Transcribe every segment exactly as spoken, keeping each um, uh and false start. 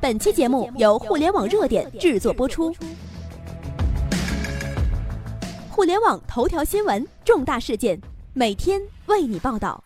本期节目由互联网热点制作播出。互联网头条新闻，重大事件，每天为你报道。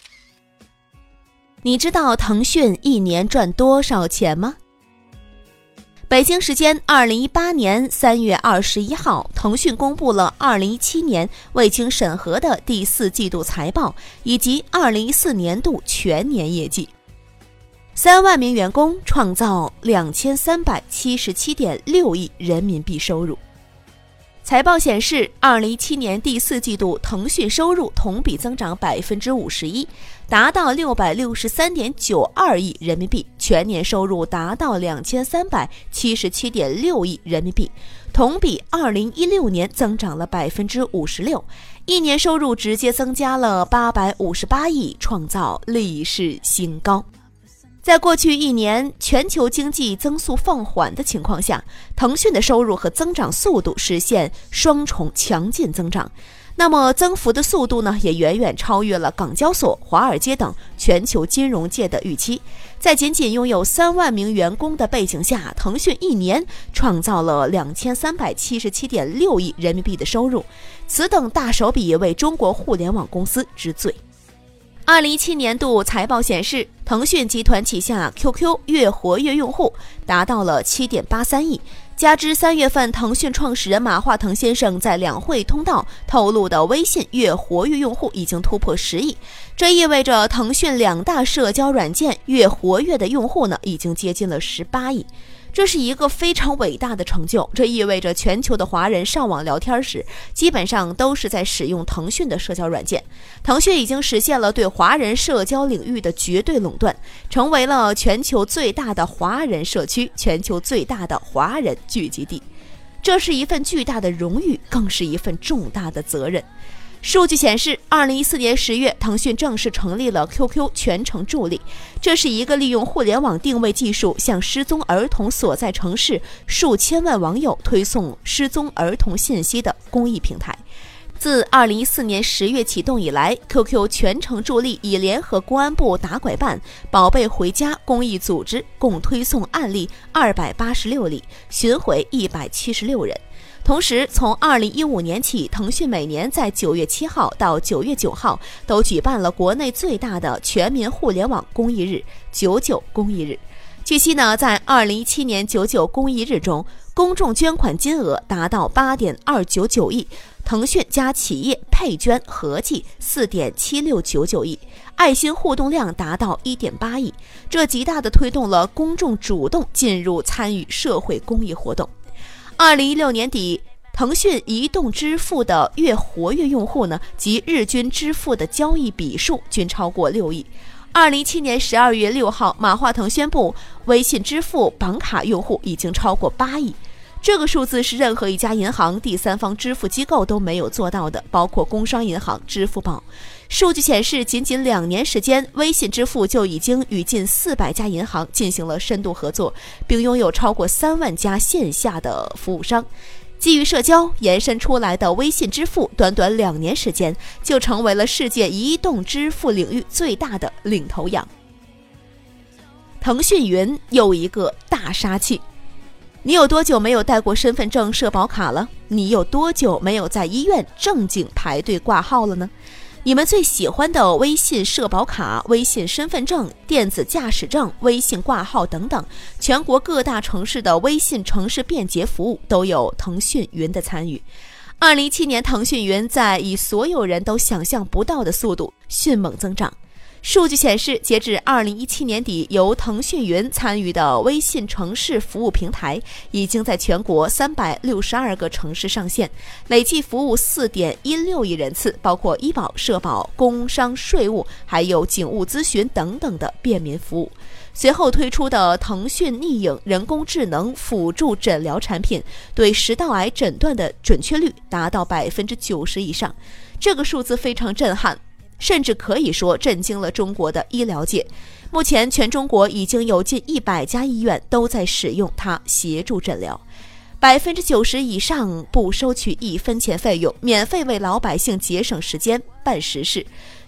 你知道腾讯一年赚多少钱吗？北京时间二零一八年三月二十一号，腾讯公布了二零一七年未经审核的第四季度财报以及二零一四年度全年业绩。三万名员工创造两千三百七十七点六亿人民币收入。财报显示，二零一七年第四季度腾讯收入同比增长百分之五十一，达到六百六十三点九二亿人民币，全年收入达到两千三百七十七点六亿人民币，同比二零一六年增长了百分之五十六，一年收入直接增加了八百五十八亿，创造历史新高。在过去一年全球经济增速放缓的情况下，腾讯的收入和增长速度实现双重强劲增长，那么增幅的速度呢，也远远超越了港交所、华尔街等全球金融界的预期。在仅仅拥有三万名员工的背景下，腾讯一年创造了两千三百七十七点六亿人民币的收入，此等大手笔为中国互联网公司之最。二零一七年度财报显示，腾讯集团旗下 Q Q 月活跃用户达到了 七点八三亿，加之三月份腾讯创始人马化腾先生在两会通道透露的微信月活跃用户已经突破十亿，这意味着腾讯两大社交软件月活跃的用户呢，已经接近了十八亿。这是一个非常伟大的成就，这意味着全球的华人上网聊天时，基本上都是在使用腾讯的社交软件。腾讯已经实现了对华人社交领域的绝对垄断，成为了全球最大的华人社区，全球最大的华人聚集地。这是一份巨大的荣誉，更是一份重大的责任。数据显示，二零一四年十月，腾讯正式成立了 Q Q 全程助力，这是一个利用互联网定位技术向失踪儿童所在城市数千万网友推送失踪儿童信息的公益平台。自二零一四年十月启动以来， Q Q 全程助力已联合公安部打拐办、宝贝回家公益组织共推送案例二百八十六例，寻回一百七十六人。同时，从二零一五年起，腾讯每年在九月七号到九月九号都举办了国内最大的全民互联网公益日——九九公益日。据悉呢，在二零一七年九九公益日中，公众捐款金额达到八点二九九亿，腾讯加企业配捐合计四点七六九九亿，爱心互动量达到一点八亿，这极大地推动了公众主动进入参与社会公益活动。二零一六年底，腾讯移动支付的月活跃用户呢，及日均支付的交易笔数均超过六亿。二零一七年十二月六号，马化腾宣布，微信支付绑卡用户已经超过八亿。这个数字是任何一家银行、第三方支付机构都没有做到的，包括工商银行、支付宝。数据显示，仅仅两年时间，微信支付就已经与近四百家银行进行了深度合作，并拥有超过三万家线下的服务商。基于社交延伸出来的微信支付，短短两年时间就成为了世界移动支付领域最大的领头羊。腾讯云又一个大杀器。你有多久没有带过身份证、社保卡了？你有多久没有在医院正经排队挂号了呢？你们最喜欢的微信社保卡、微信身份证、电子驾驶证、微信挂号等等，全国各大城市的微信城市便捷服务都有腾讯云的参与。二零一七年，腾讯云在以所有人都想象不到的速度迅猛增长。数据显示，截至二零一七年底，由腾讯云参与的微信城市服务平台已经在全国三百六十二个城市上线，累计服务 四点一六亿人次，包括医保、社保、工商、税务，还有警务咨询等等的便民服务。随后推出的腾讯逆影人工智能辅助诊疗产品，对食道癌诊断的准确率达到百分之九十以上，这个数字非常震撼。甚至可以说震惊了中国的医疗界。目前全中国已经有近一百家医院都在使用它协助诊疗，百分之九十以上不收取一分钱费用，免费为老百姓节省时间办实事。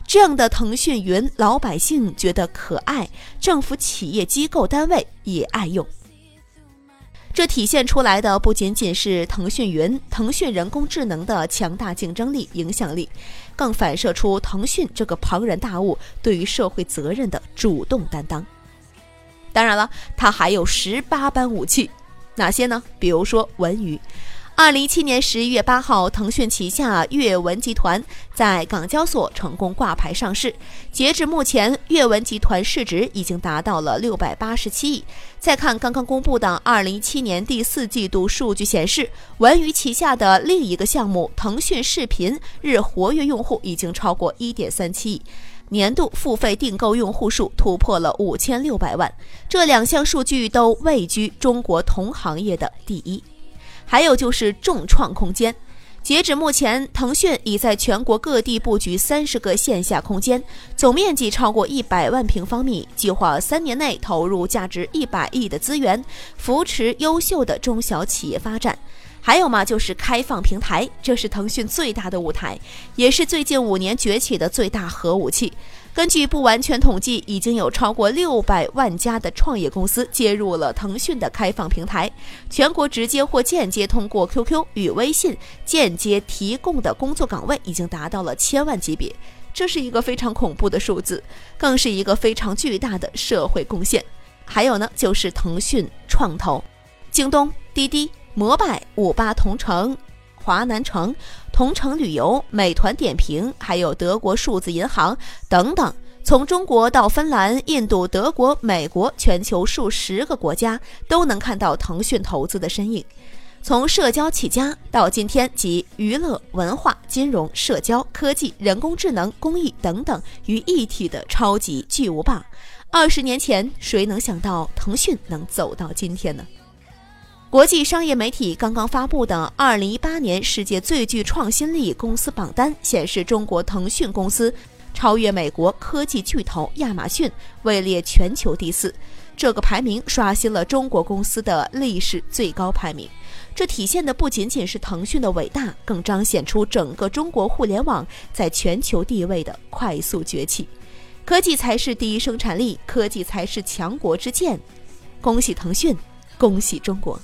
这样的腾讯云，老百姓觉得可爱，政府、企业、机构、单位也爱用。这体现出来的不仅仅是腾讯云、腾讯人工智能的强大竞争力、影响力，更反射出腾讯这个庞然大物对于社会责任的主动担当。当然了，它还有十八般武器，哪些呢？比如说文娱。二零一七年十一月八号，腾讯旗下阅文集团在港交所成功挂牌上市。截至目前，阅文集团市值已经达到了六百八十七亿。再看刚刚公布的二零一七年第四季度数据显示，文娱旗下的另一个项目腾讯视频日活跃用户已经超过 一点三七亿。年度付费订购用户数突破了五千六百万，这两项数据都位居中国同行业的第一。还有就是众创空间，截止目前，腾讯已在全国各地布局三十个线下空间，总面积超过一百万平方米，计划三年内投入价值一百亿的资源，扶持优秀的中小企业发展。还有嘛，就是开放平台，这是腾讯最大的舞台，也是最近五年崛起的最大核武器。根据不完全统计，已经有超过六百万家的创业公司接入了腾讯的开放平台，全国直接或间接通过 Q Q 与微信间接提供的工作岗位已经达到了千万级别，这是一个非常恐怖的数字，更是一个非常巨大的社会贡献。还有呢，就是腾讯创投，京东、滴滴、摩拜、五八同城、华南城、同城旅游、美团点评，还有德国数字银行等等，从中国到芬兰、印度、德国、美国，全球数十个国家都能看到腾讯投资的身影。从社交起家到今天集娱乐、文化、金融、社交、科技、人工智能、公益等等于一体的超级巨无霸。二十年前，谁能想到腾讯能走到今天呢？国际商业媒体刚刚发布的二零一八年世界最具创新力公司榜单显示，中国腾讯公司超越美国科技巨头亚马逊，位列全球第四。这个排名刷新了中国公司的历史最高排名。这体现的不仅仅是腾讯的伟大，更彰显出整个中国互联网在全球地位的快速崛起。科技才是第一生产力，科技才是强国之剑。恭喜腾讯，恭喜中国！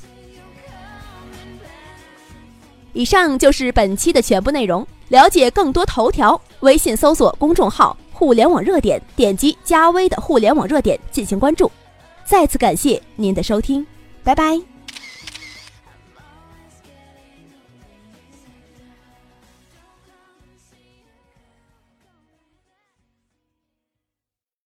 以上就是本期的全部内容。了解更多头条，微信搜索公众号互联网热点，点击加微的互联网热点进行关注。再次感谢您的收听，拜拜。